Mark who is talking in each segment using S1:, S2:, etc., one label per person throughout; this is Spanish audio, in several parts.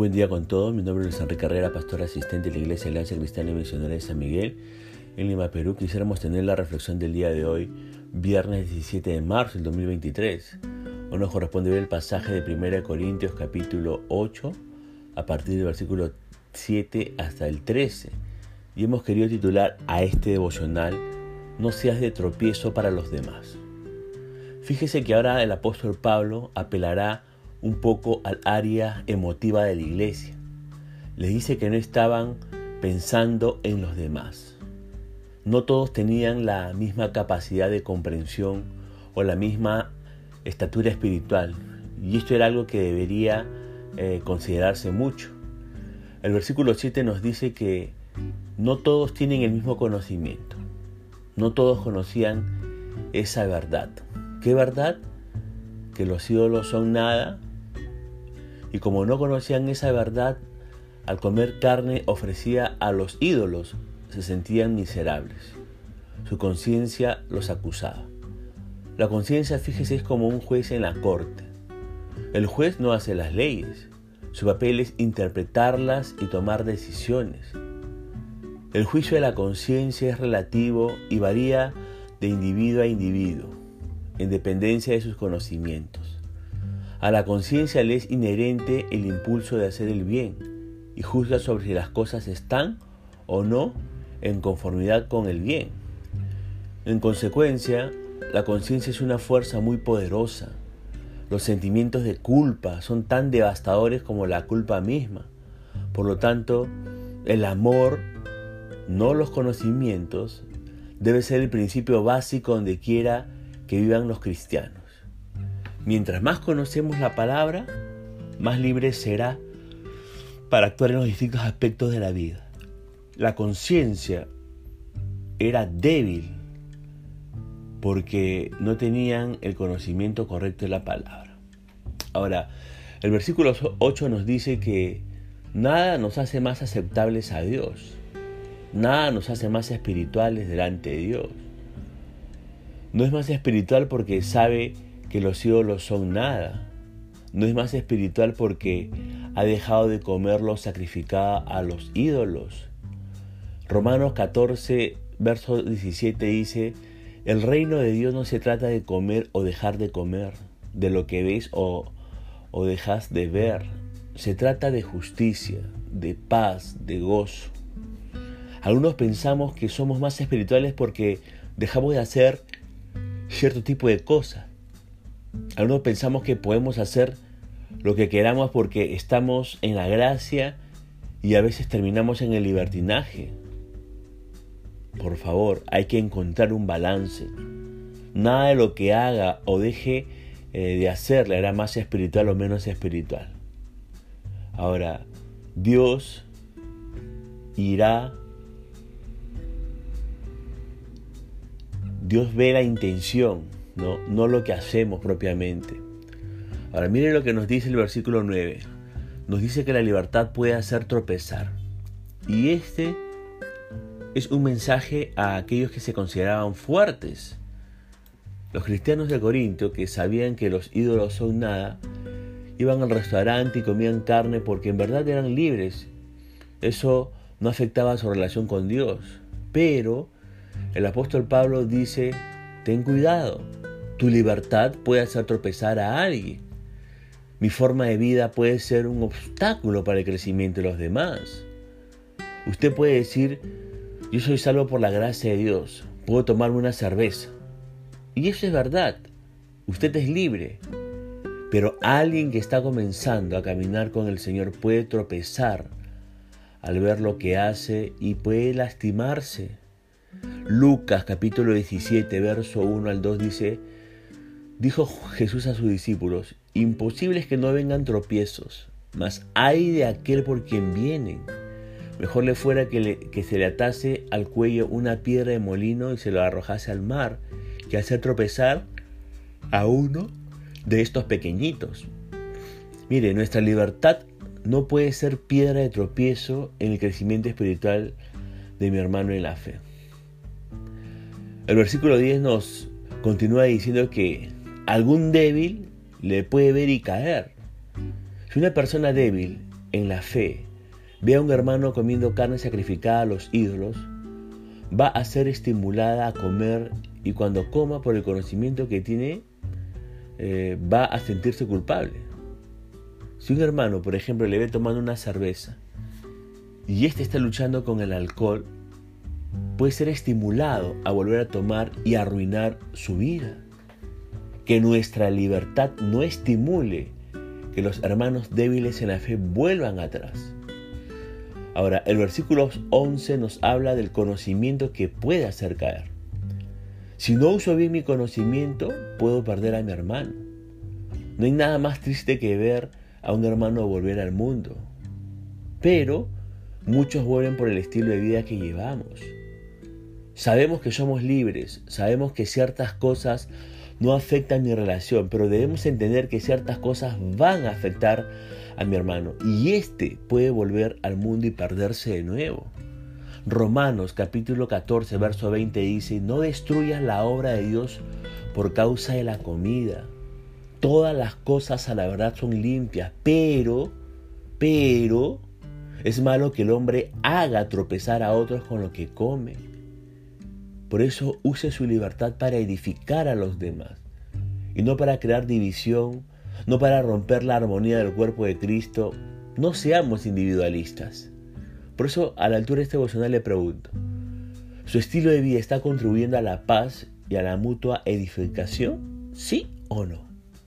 S1: buen día con todos. Mi nombre es Luis Enrique Herrera, pastor asistente de la Iglesia Alianza Cristiana y Misionera de San Miguel, en Lima, Perú. Quisiéramos tener la reflexión del día de hoy, viernes 17 de marzo del 2023. Hoy nos corresponde ver el pasaje de 1 Corintios capítulo 8, a partir del versículo 7 hasta el 13. Y hemos querido titular a este devocional: No seas de tropiezo para los demás. Fíjese que ahora el apóstol Pablo apelará un poco al área emotiva de la iglesia. Les dice que no estaban pensando en los demás. No todos tenían la misma capacidad de comprensión o la misma estatura espiritual. Y esto era algo que debería considerarse mucho. El versículo 7 nos dice que no todos tienen el mismo conocimiento. No todos conocían esa verdad. ¿Qué verdad? Que los ídolos son nada. Y como no conocían esa verdad, al comer carne ofrecida a los ídolos, se sentían miserables. Su conciencia los acusaba. La conciencia, fíjese, es como un juez en la corte. El juez no hace las leyes. Su papel es interpretarlas y tomar decisiones. El juicio de la conciencia es relativo y varía de individuo a individuo, en dependencia de sus conocimientos. A la conciencia le es inherente el impulso de hacer el bien y juzga sobre si las cosas están o no en conformidad con el bien. En consecuencia, la conciencia es una fuerza muy poderosa. Los sentimientos de culpa son tan devastadores como la culpa misma. Por lo tanto, el amor, no los conocimientos, debe ser el principio básico donde quiera que vivan los cristianos. Mientras más conocemos la palabra, más libre será para actuar en los distintos aspectos de la vida. La conciencia era débil porque no tenían el conocimiento correcto de la palabra. Ahora, el versículo 8 nos dice que nada nos hace más aceptables a Dios. Nada nos hace más espirituales delante de Dios. No es más espiritual porque sabe que los ídolos son nada. No es más espiritual porque ha dejado de comer lo sacrificado a los ídolos. Romanos 14, verso 17 dice: el reino de Dios no se trata de comer o dejar de comer, de lo que ves o dejas de ver. Se trata de justicia, de paz, de gozo. Algunos pensamos que somos más espirituales porque dejamos de hacer cierto tipo de cosas. Algunos pensamos que podemos hacer lo que queramos porque estamos en la gracia y a veces terminamos en el libertinaje. Por favor, hay que encontrar un balance. Nada de lo que haga o deje de hacer le hará más espiritual o menos espiritual. Ahora, Dios ve la intención, no lo que hacemos propiamente. Ahora miren lo que nos dice el versículo 9. Nos dice que la libertad puede hacer tropezar. Y este es un mensaje a aquellos que se consideraban fuertes. Los cristianos de Corinto, que sabían que los ídolos son nada, iban al restaurante y comían carne porque en verdad eran libres. Eso no afectaba su relación con Dios. Pero el apóstol Pablo dice: ten cuidado, tu libertad puede hacer tropezar a alguien. Mi forma de vida puede ser un obstáculo para el crecimiento de los demás. Usted puede decir: yo soy salvo por la gracia de Dios, puedo tomarme una cerveza. Y eso es verdad, usted es libre. Pero alguien que está comenzando a caminar con el Señor puede tropezar al ver lo que hace y puede lastimarse. Lucas capítulo 17, verso 1 al 2 dice: dijo Jesús a sus discípulos: imposible es que no vengan tropiezos, mas ay de aquel por quien vienen. Mejor le fuera que se le atase al cuello una piedra de molino y se lo arrojase al mar, que hacer tropezar a uno de estos pequeñitos. Mire, nuestra libertad no puede ser piedra de tropiezo en el crecimiento espiritual de mi hermano en la fe. El versículo 10 nos continúa diciendo que algún débil le puede ver y caer. Si una persona débil en la fe ve a un hermano comiendo carne sacrificada a los ídolos, va a ser estimulada a comer, y cuando coma, por el conocimiento que tiene, va a sentirse culpable. Si un hermano, por ejemplo, le ve tomando una cerveza y éste está luchando con el alcohol, puede ser estimulado a volver a tomar y arruinar su vida. Que nuestra libertad no estimule que los hermanos débiles en la fe vuelvan atrás. Ahora, el versículo 11 nos habla del conocimiento que puede hacer caer. Si no uso bien mi conocimiento, puedo perder a mi hermano. No hay nada más triste que ver a un hermano volver al mundo. Pero muchos vuelven por el estilo de vida que llevamos. Sabemos que somos libres, sabemos que ciertas cosas no afectan mi relación, pero debemos entender que ciertas cosas van a afectar a mi hermano y éste puede volver al mundo y perderse de nuevo. Romanos capítulo 14 verso 20 dice: no destruyas la obra de Dios por causa de la comida. Todas las cosas a la verdad son limpias, pero es malo que el hombre haga tropezar a otros con lo que come. Por eso use su libertad para edificar a los demás y no para crear división, no para romper la armonía del cuerpo de Cristo. No seamos individualistas. Por eso, a la altura de este devocional le pregunto: ¿su estilo de vida está contribuyendo a la paz y a la mutua edificación? ¿Sí o no?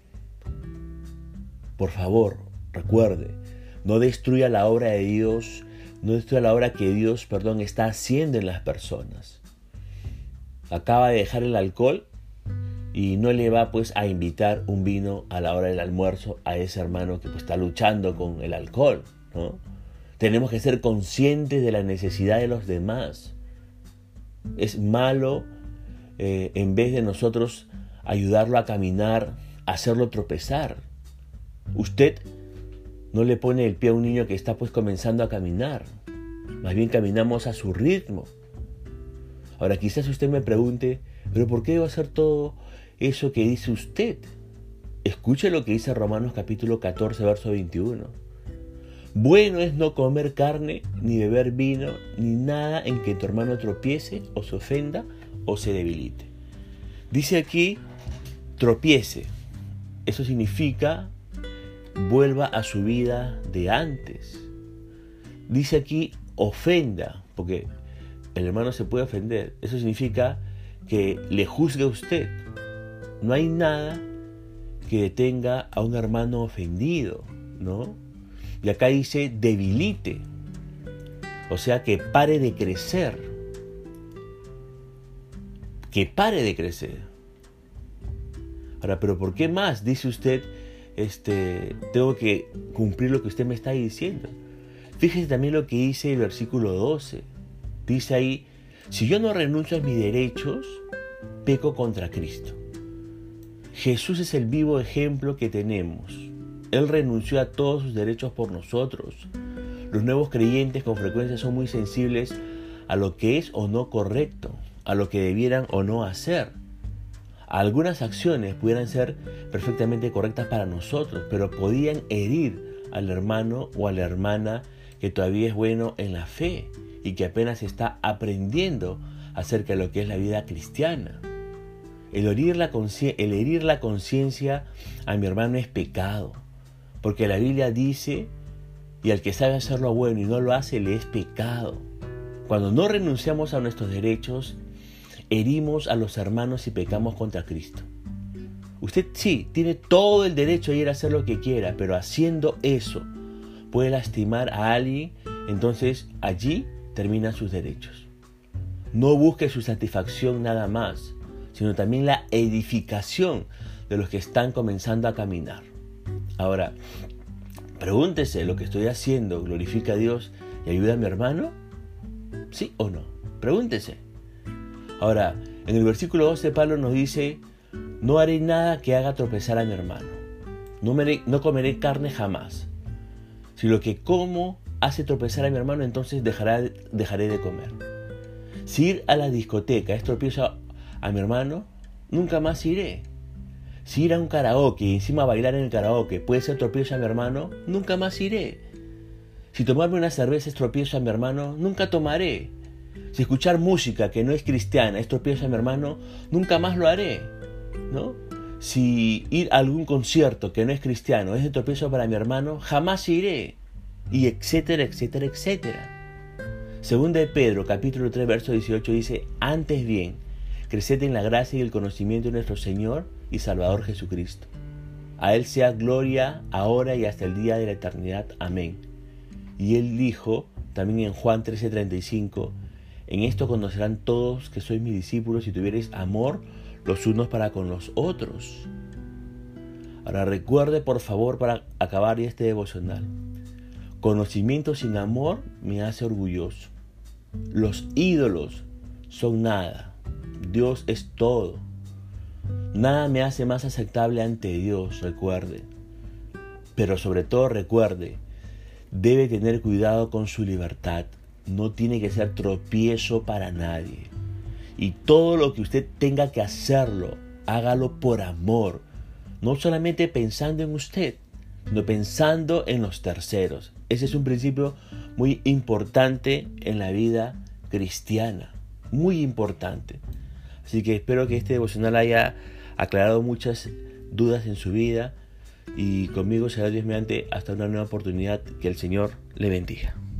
S1: Por favor, recuerde, no destruya la obra de Dios, no destruya la obra que Dios, está haciendo en las personas. Acaba de dejar el alcohol y no le va a invitar un vino a la hora del almuerzo a ese hermano que está luchando con el alcohol, ¿no? Tenemos que ser conscientes de la necesidad de los demás. Es malo, en vez de nosotros ayudarlo a caminar, hacerlo tropezar. Usted no le pone el pie a un niño que está comenzando a caminar. Más bien caminamos a su ritmo. Ahora quizás usted me pregunte: ¿pero por qué debo hacer todo eso que dice usted? Escuche lo que dice Romanos capítulo 14, verso 21. Bueno es no comer carne, ni beber vino, ni nada en que tu hermano tropiece, o se ofenda, o se debilite. Dice aquí, tropiece. Eso significa vuelva a su vida de antes. Dice aquí, ofenda, porque el hermano se puede ofender. Eso significa que le juzgue a usted. No hay nada que detenga a un hermano ofendido, ¿no? Y acá dice debilite. O sea, que pare de crecer. Que pare de crecer. Ahora, ¿pero por qué más? Dice usted, tengo que cumplir lo que usted me está diciendo. Fíjese también lo que dice el versículo 12. Dice ahí: si yo no renuncio a mis derechos, peco contra Cristo. Jesús es el vivo ejemplo que tenemos. Él renunció a todos sus derechos por nosotros. Los nuevos creyentes con frecuencia son muy sensibles a lo que es o no correcto, a lo que debieran o no hacer. Algunas acciones pudieran ser perfectamente correctas para nosotros, pero podían herir al hermano o a la hermana que todavía es bueno en la fe y que apenas está aprendiendo acerca de lo que es la vida cristiana. El herir la conciencia a mi hermano es pecado, porque la Biblia dice: y al que sabe hacer lo bueno y no lo hace, le es pecado. Cuando no renunciamos a nuestros derechos, herimos a los hermanos y pecamos contra Cristo. Usted sí, tiene todo el derecho a ir a hacer lo que quiera, pero haciendo eso puede lastimar a alguien, entonces allí terminan sus derechos. No busque su satisfacción nada más, sino también la edificación de los que están comenzando a caminar. Ahora, pregúntese: ¿lo que estoy haciendo glorifica a Dios y ayuda a mi hermano? ¿Sí o no? Pregúntese. Ahora, en el versículo 12 Pablo nos dice: no haré nada que haga tropezar a mi hermano. No comeré carne jamás. Si lo que como hace tropezar a mi hermano, entonces dejaré de comer. Si ir a la discoteca es tropiezo a mi hermano, nunca más iré. Si ir a un karaoke y encima bailar en el karaoke puede ser tropiezo a mi hermano, nunca más iré. Si tomarme una cerveza es tropiezo a mi hermano, nunca tomaré. Si escuchar música que no es cristiana es tropiezo a mi hermano, nunca más lo haré, ¿no? Si ir a algún concierto que no es cristiano es de tropiezo para mi hermano, jamás iré. Y etcétera, etcétera, etcétera. Segunda de Pedro, capítulo 3, verso 18 dice: antes bien, creced en la gracia y el conocimiento de nuestro Señor y Salvador Jesucristo. A Él sea gloria ahora y hasta el día de la eternidad. Amén. Y Él dijo también en Juan 13:35: en esto conocerán todos que sois mis discípulos si tuviereis amor los unos para con los otros. Ahora recuerde, por favor, para acabar este devocional: conocimiento sin amor me hace orgulloso. Los ídolos son nada. Dios es todo. Nada me hace más aceptable ante Dios, recuerde. Pero sobre todo recuerde, debe tener cuidado con su libertad. No tiene que ser tropiezo para nadie. Y todo lo que usted tenga que hacerlo, hágalo por amor. No solamente pensando en usted, sino pensando en los terceros. Ese es un principio muy importante en la vida cristiana. Muy importante. Así que espero que este devocional haya aclarado muchas dudas en su vida. Y conmigo será Dios mediante hasta una nueva oportunidad. Que el Señor le bendiga.